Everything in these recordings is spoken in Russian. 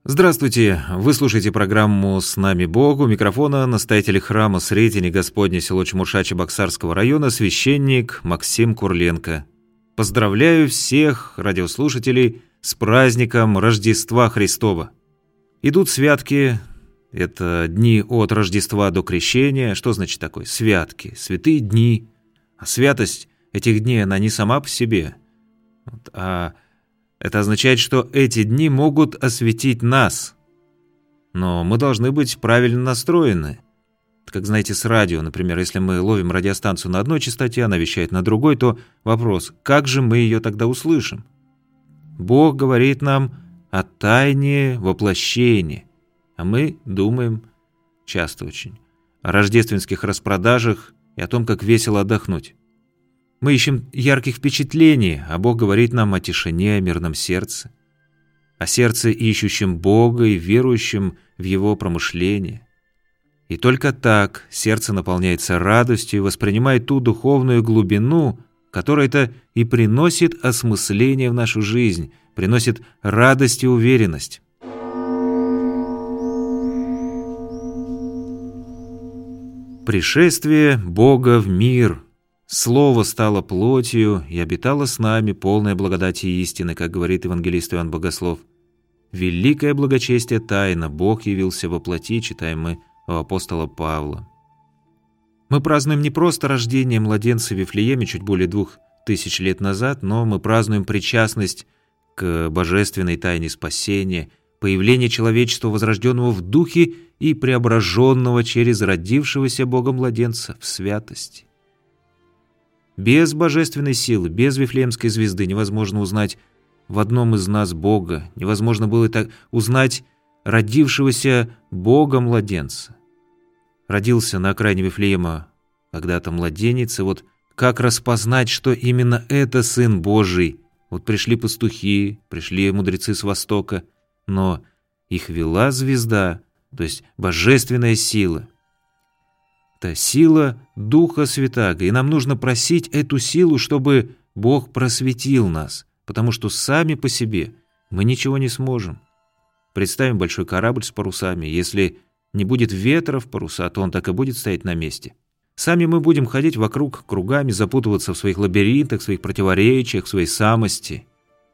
Здравствуйте! Вы слушаете программу «С нами Бог». У микрофона настоятель храма Сретения Господня, село Чемуша Чебоксарского района, священник Максим Курленко. Поздравляю всех радиослушателей с праздником Рождества Христова. Идут святки, это дни от Рождества до Крещения. Что значит такое? Святки, святые дни. А святость этих дней, она не сама по себе, а это означает, что эти дни могут осветить нас. Но мы должны быть правильно настроены. Как знаете, с радио, например, если мы ловим радиостанцию на одной частоте, она вещает на другой, то вопрос, как же мы ее тогда услышим? Бог говорит нам о тайне воплощения, а мы думаем, часто очень, о рождественских распродажах и о том, как весело отдохнуть. Мы ищем ярких впечатлений, а Бог говорит нам о тишине, о мирном сердце, о сердце, ищущем Бога и верующем в Его промышление. И только так сердце наполняется радостью и воспринимает ту духовную глубину, которая-то и приносит осмысление в нашу жизнь, приносит радость и уверенность. Пришествие Бога в мир. Слово стало плотью и обитало с нами, полное благодати и истины, как говорит евангелист Иоанн Богослов. Великое благочестие тайна, Бог явился во плоти, читаем мы у апостола Павла. Мы празднуем не просто рождение младенца в Вифлееме чуть более 2000 лет назад, но мы празднуем причастность к божественной тайне спасения, появление человечества, возрожденного в духе и преображенного через родившегося Богом младенца в святости. Без божественной силы, без Вифлеемской звезды невозможно узнать в одном из нас Бога, невозможно было так узнать родившегося Бога младенца. Родился на окраине Вифлеема когда-то младенец, и вот как распознать, что именно это Сын Божий? Вот пришли пастухи, пришли мудрецы с Востока, но их вела звезда, то есть божественная сила. Это сила Духа Святаго, и нам нужно просить эту силу, чтобы Бог просветил нас, потому что сами по себе мы ничего не сможем. Представим большой корабль с парусами. Если не будет ветра в паруса, то он так и будет стоять на месте. Сами мы будем ходить вокруг кругами, запутываться в своих лабиринтах, в своих противоречиях, в своей самости.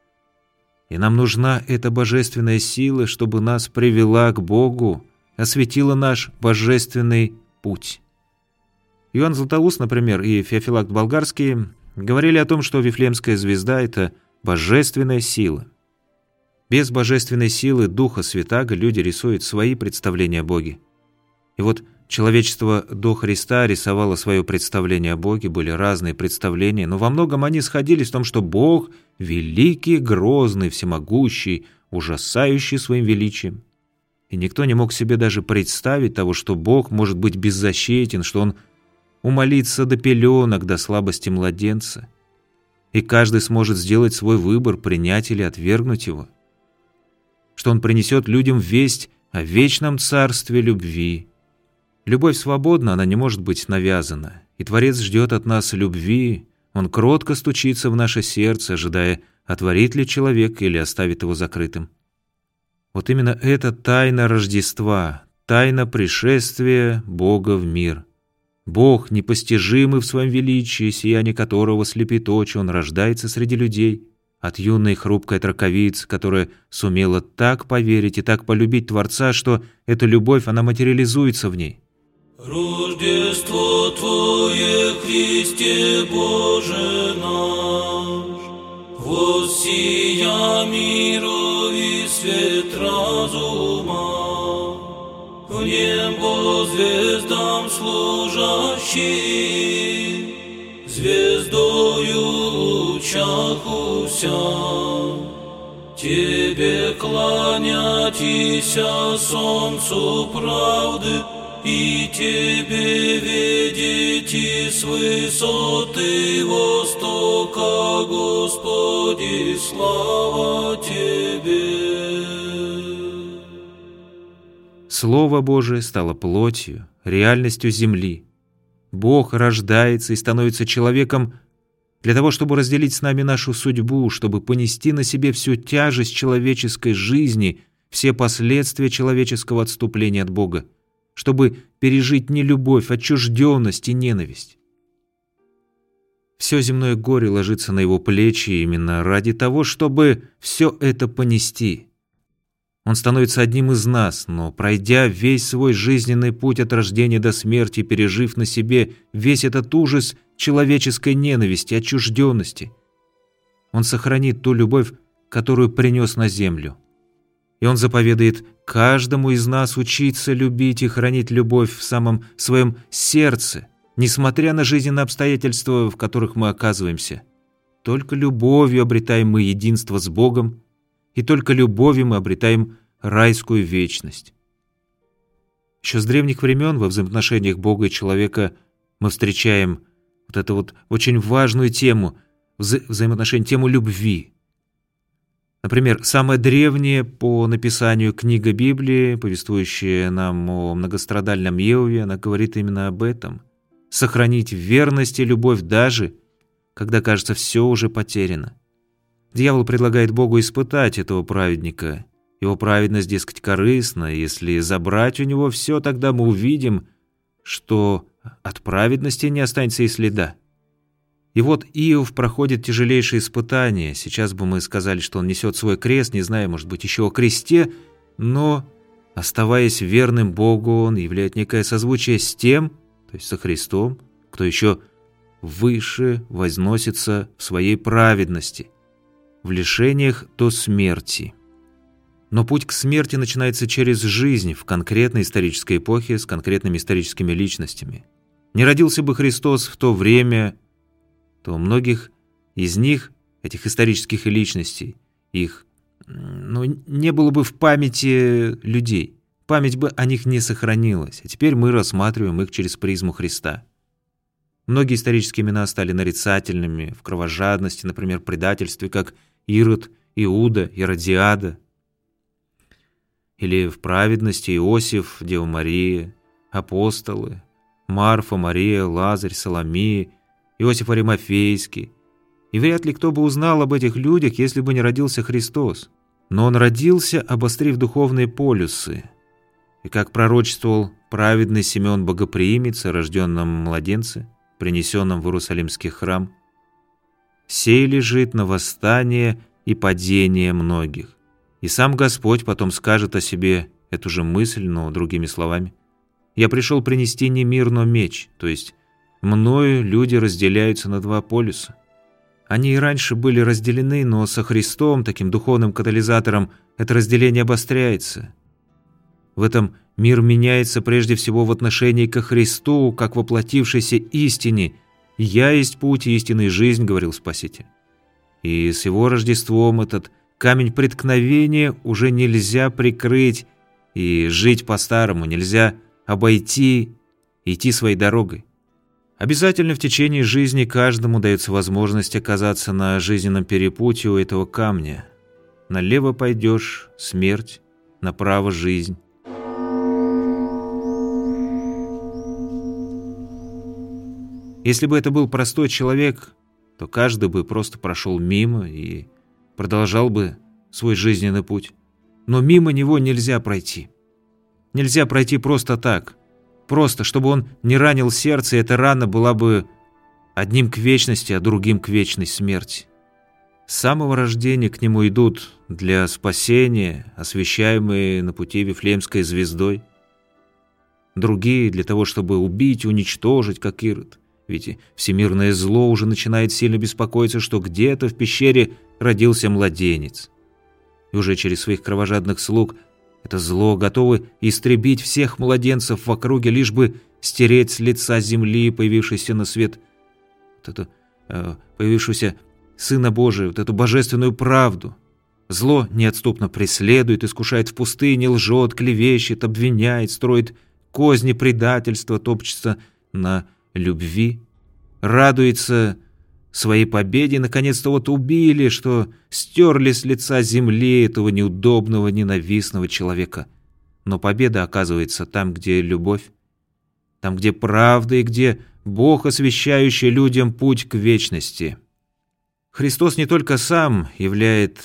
И нам нужна эта божественная сила, чтобы нас привела к Богу, осветила наш божественный путь. Иоанн Златоуст, например, и Феофилакт Болгарский говорили о том, что Вифлеемская звезда – это божественная сила. Без божественной силы Духа Святаго люди рисуют свои представления о Боге. И вот человечество до Христа рисовало свое представление о Боге, были разные представления, но во многом они сходились в том, что Бог – великий, грозный, всемогущий, ужасающий своим величием. И никто не мог себе даже представить того, что Бог может быть беззащитен, что Он умолится до пеленок, до слабости младенца, и каждый сможет сделать свой выбор, принять или отвергнуть его, что Он принесет людям весть о вечном царстве любви. Любовь свободна, она не может быть навязана, и Творец ждет от нас любви, Он кротко стучится в наше сердце, ожидая, отворит ли человек или оставит его закрытым. Вот именно это тайна Рождества, тайна пришествия Бога в мир. Бог, непостижимый в своем величии, сияние которого слепит очи, Он рождается среди людей, от юной хрупкой траковицы, которая сумела так поверить и так полюбить Творца, что эта любовь, она материализуется в ней. Рождество Твое, Христе Боже наш, воссия миру и свет разума. В небо звездам служащий, звездою лучах уся, Тебе кланятися солнцу правды, и Тебе видите с высоты востока, Господи, слава Тебе. Слово Божие стало плотью, реальностью земли. Бог рождается и становится человеком для того, чтобы разделить с нами нашу судьбу, чтобы понести на себе всю тяжесть человеческой жизни, все последствия человеческого отступления от Бога, чтобы пережить не любовь, отчужденность и ненависть. Все земное горе ложится на его плечи именно ради того, чтобы все это понести. Он становится одним из нас, но, пройдя весь свой жизненный путь от рождения до смерти, пережив на себе весь этот ужас человеческой ненависти, отчужденности, он сохранит ту любовь, которую принес на землю. И он заповедует каждому из нас учиться любить и хранить любовь в самом своем сердце, несмотря на жизненные обстоятельства, в которых мы оказываемся. Только любовью обретаем мы единство с Богом, и только любовью мы обретаем райскую вечность. Еще с древних времен во взаимоотношениях Бога и человека мы встречаем вот эту вот очень важную тему взаимоотношений, тему любви. Например, самая древняя по написанию книга Библии, повествующая нам о многострадальном Иове, она говорит именно об этом. Сохранить верность и любовь даже, когда кажется, все уже потеряно. Дьявол предлагает Богу испытать этого праведника. Его праведность, дескать, корыстна. Если забрать у него все, тогда мы увидим, что от праведности не останется и следа. И вот Иов проходит тяжелейшие испытания. Сейчас бы мы сказали, что он несет свой крест, не знаю, может быть, еще о кресте, но, оставаясь верным Богу, он являет некое созвучие с тем, то есть со Христом, кто еще выше возносится в своей праведности, в лишениях до смерти. Но путь к смерти начинается через жизнь в конкретной исторической эпохе с конкретными историческими личностями. Не родился бы Христос в то время, то многих из них, этих исторических личностей, их не было бы в памяти людей. Память бы о них не сохранилась, а теперь мы рассматриваем их через призму Христа. Многие исторические имена стали нарицательными в кровожадности, например, предательстве, как Ирод, Иуда, Иродиада, или в праведности Иосиф, Дева Мария, апостолы, Марфа, Мария, Лазарь, Соломия, Иосиф Аримафейский. И вряд ли кто бы узнал об этих людях, если бы не родился Христос. Но он родился, обострив духовные полюсы. И как пророчествовал праведный Симеон Богоприимец о рожденном младенце, принесенном в Иерусалимский храм, «Сей лежит на восстание и падение многих». И сам Господь потом скажет о себе эту же мысль, но другими словами. «Я пришел принести не мир, но меч», то есть мною люди разделяются на два полюса. Они и раньше были разделены, но со Христом, таким духовным катализатором, это разделение обостряется. В этом мир меняется прежде всего в отношении ко Христу, как воплотившейся истине. «Я есть путь, истина и жизнь», — говорил Спаситель. И с его Рождеством этот камень преткновения уже нельзя прикрыть, и жить по-старому нельзя обойти, идти своей дорогой. Обязательно в течение жизни каждому дается возможность оказаться на жизненном перепутье у этого камня. Налево пойдешь — смерть, направо — жизнь. Если бы это был простой человек, то каждый бы просто прошел мимо и продолжал бы свой жизненный путь. Но мимо него нельзя пройти. Нельзя пройти просто так. Просто, чтобы он не ранил сердце, и эта рана была бы одним к вечности, а другим к вечной смерти. С самого рождения к нему идут для спасения, освящаемые на пути Вифлеемской звездой. Другие для того, чтобы убить, уничтожить, как Ирод. Ведь всемирное зло уже начинает сильно беспокоиться, что где-то в пещере родился младенец. И уже через своих кровожадных слуг это зло готово истребить всех младенцев в округе, лишь бы стереть с лица земли появившийся на свет появившегося Сына Божия, вот эту божественную правду. Зло неотступно преследует, искушает в пустыне, лжет, клевещет, обвиняет, строит козни предательства, топчется на любви, радуется своей победе, наконец-то вот убили, что стерли с лица земли этого неудобного, ненавистного человека. Но победа оказывается там, где любовь, там, где правда и где Бог, освящающий людям путь к вечности. Христос не только сам являет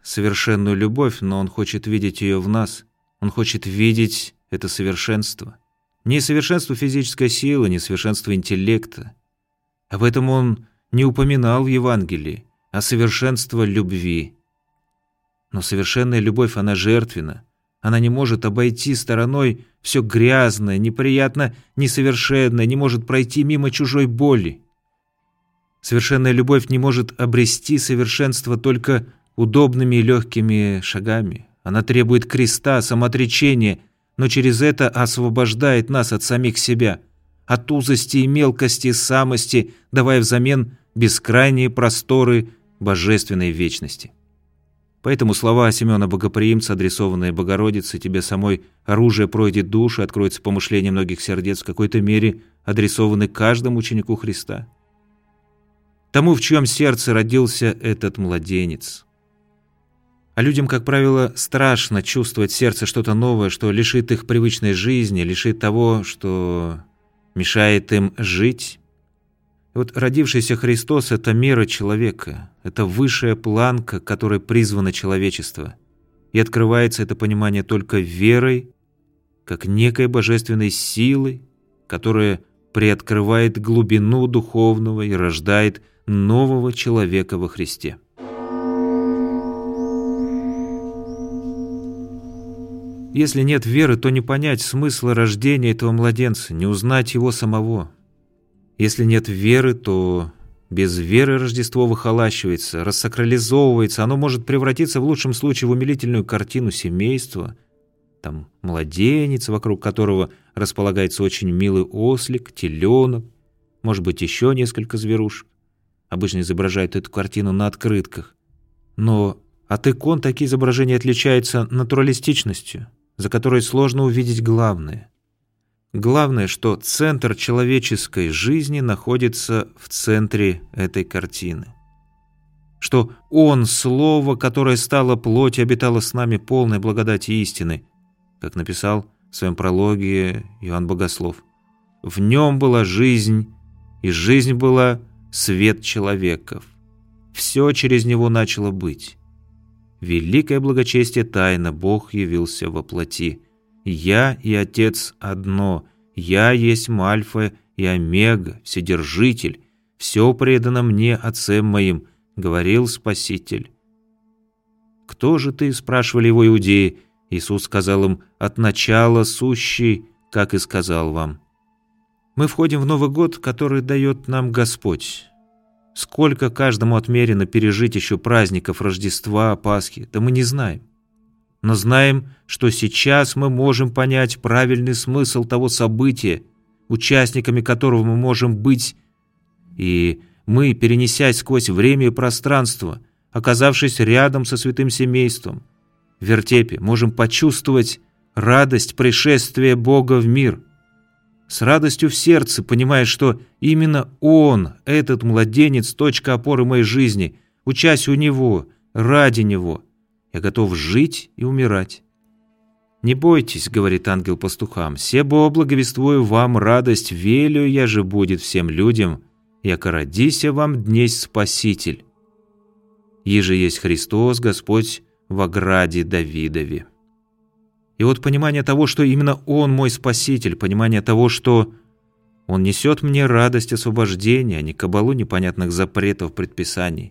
совершенную любовь, но Он хочет видеть ее в нас. Он хочет видеть это совершенство. Не совершенство физической силы, не совершенство интеллекта. Об этом Он не упоминал в Евангелии, а совершенство любви. Но совершенная любовь, она жертвенна. Она не может обойти стороной все грязное, неприятно, несовершенное, не может пройти мимо чужой боли. Совершенная любовь не может обрести совершенство только удобными и легкими шагами. Она требует креста, самоотречения, но через это освобождает нас от самих себя, от узости и мелкости, самости, давая взамен бескрайние просторы божественной вечности. Поэтому слова Симеона Богоприимца, адресованные Богородице, тебе самой оружие пройдет душу, откроется помышление многих сердец, в какой-то мере адресованы каждому ученику Христа. Тому, в чьем сердце родился этот младенец. А людям, как правило, страшно чувствовать в сердце что-то новое, что лишит их привычной жизни, лишит того, что мешает им жить. И вот родившийся Христос – это мера человека, это высшая планка, к которой призвано человечество. И открывается это понимание только верой, как некой божественной силой, которая приоткрывает глубину духовного и рождает нового человека во Христе. Если нет веры, то не понять смысла рождения этого младенца, не узнать его самого. Если нет веры, то без веры Рождество выхолащивается, рассакрализовывается, оно может превратиться в лучшем случае в умилительную картину семейства. Там младенец, вокруг которого располагается очень милый ослик, теленок, может быть, еще несколько зверушек. Обычно изображают эту картину на открытках. Но от икон такие изображения отличаются натуралистичностью, за которой сложно увидеть главное. Главное, что центр человеческой жизни находится в центре этой картины. Что Он, Слово, которое стало плотью, обитало с нами полной благодати истины, как написал в своем прологе Иоанн Богослов. В Нем была жизнь, и жизнь была свет человеков. Все через Него начало быть. Великое благочестие тайна, Бог явился во плоти. Я и Отец одно, Я есть Альфа и Омега, Вседержитель, все предано мне Отцем моим, говорил Спаситель. «Кто же ты?» – спрашивали его иудеи. Иисус сказал им: «От начала сущий, как и сказал вам». Мы входим в Новый год, который дает нам Господь. Сколько каждому отмерено пережить еще праздников Рождества, Пасхи, да мы не знаем. Но знаем, что сейчас мы можем понять правильный смысл того события, участниками которого мы можем быть, и мы, перенесясь сквозь время и пространство, оказавшись рядом со святым семейством, в вертепе можем почувствовать радость пришествия Бога в мир. С радостью в сердце, понимая, что именно Он, этот младенец, точка опоры моей жизни, учась у Него, ради Него, я готов жить и умирать. «Не бойтесь, — говорит ангел пастухам, — себо благовествую вам радость, велю я же будет всем людям, яко родися вам днесь Спаситель. Еже есть Христос, Господь, во граде Давидове». И вот понимание того, что именно Он мой Спаситель, понимание того, что Он несет мне радость освобождения, а не кабалу непонятных запретов, предписаний.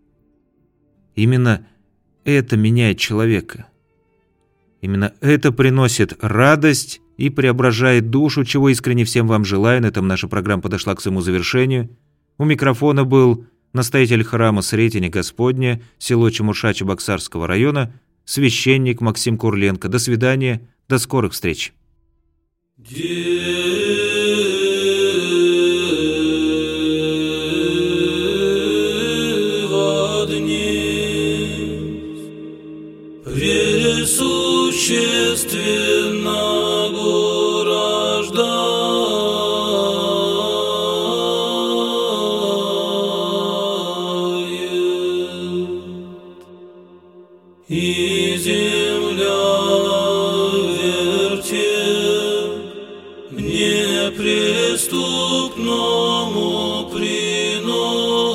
Именно это меняет человека. Именно это приносит радость и преображает душу, чего искренне всем вам желаю. На этом наша программа подошла к своему завершению. У микрофона был настоятель храма Сретения Господня, село Чемурша Чебоксарского района, священник Максим Курленко. До свидания, до скорых встреч. Пресущественного рождает, и земля вертеп неприступному приносит.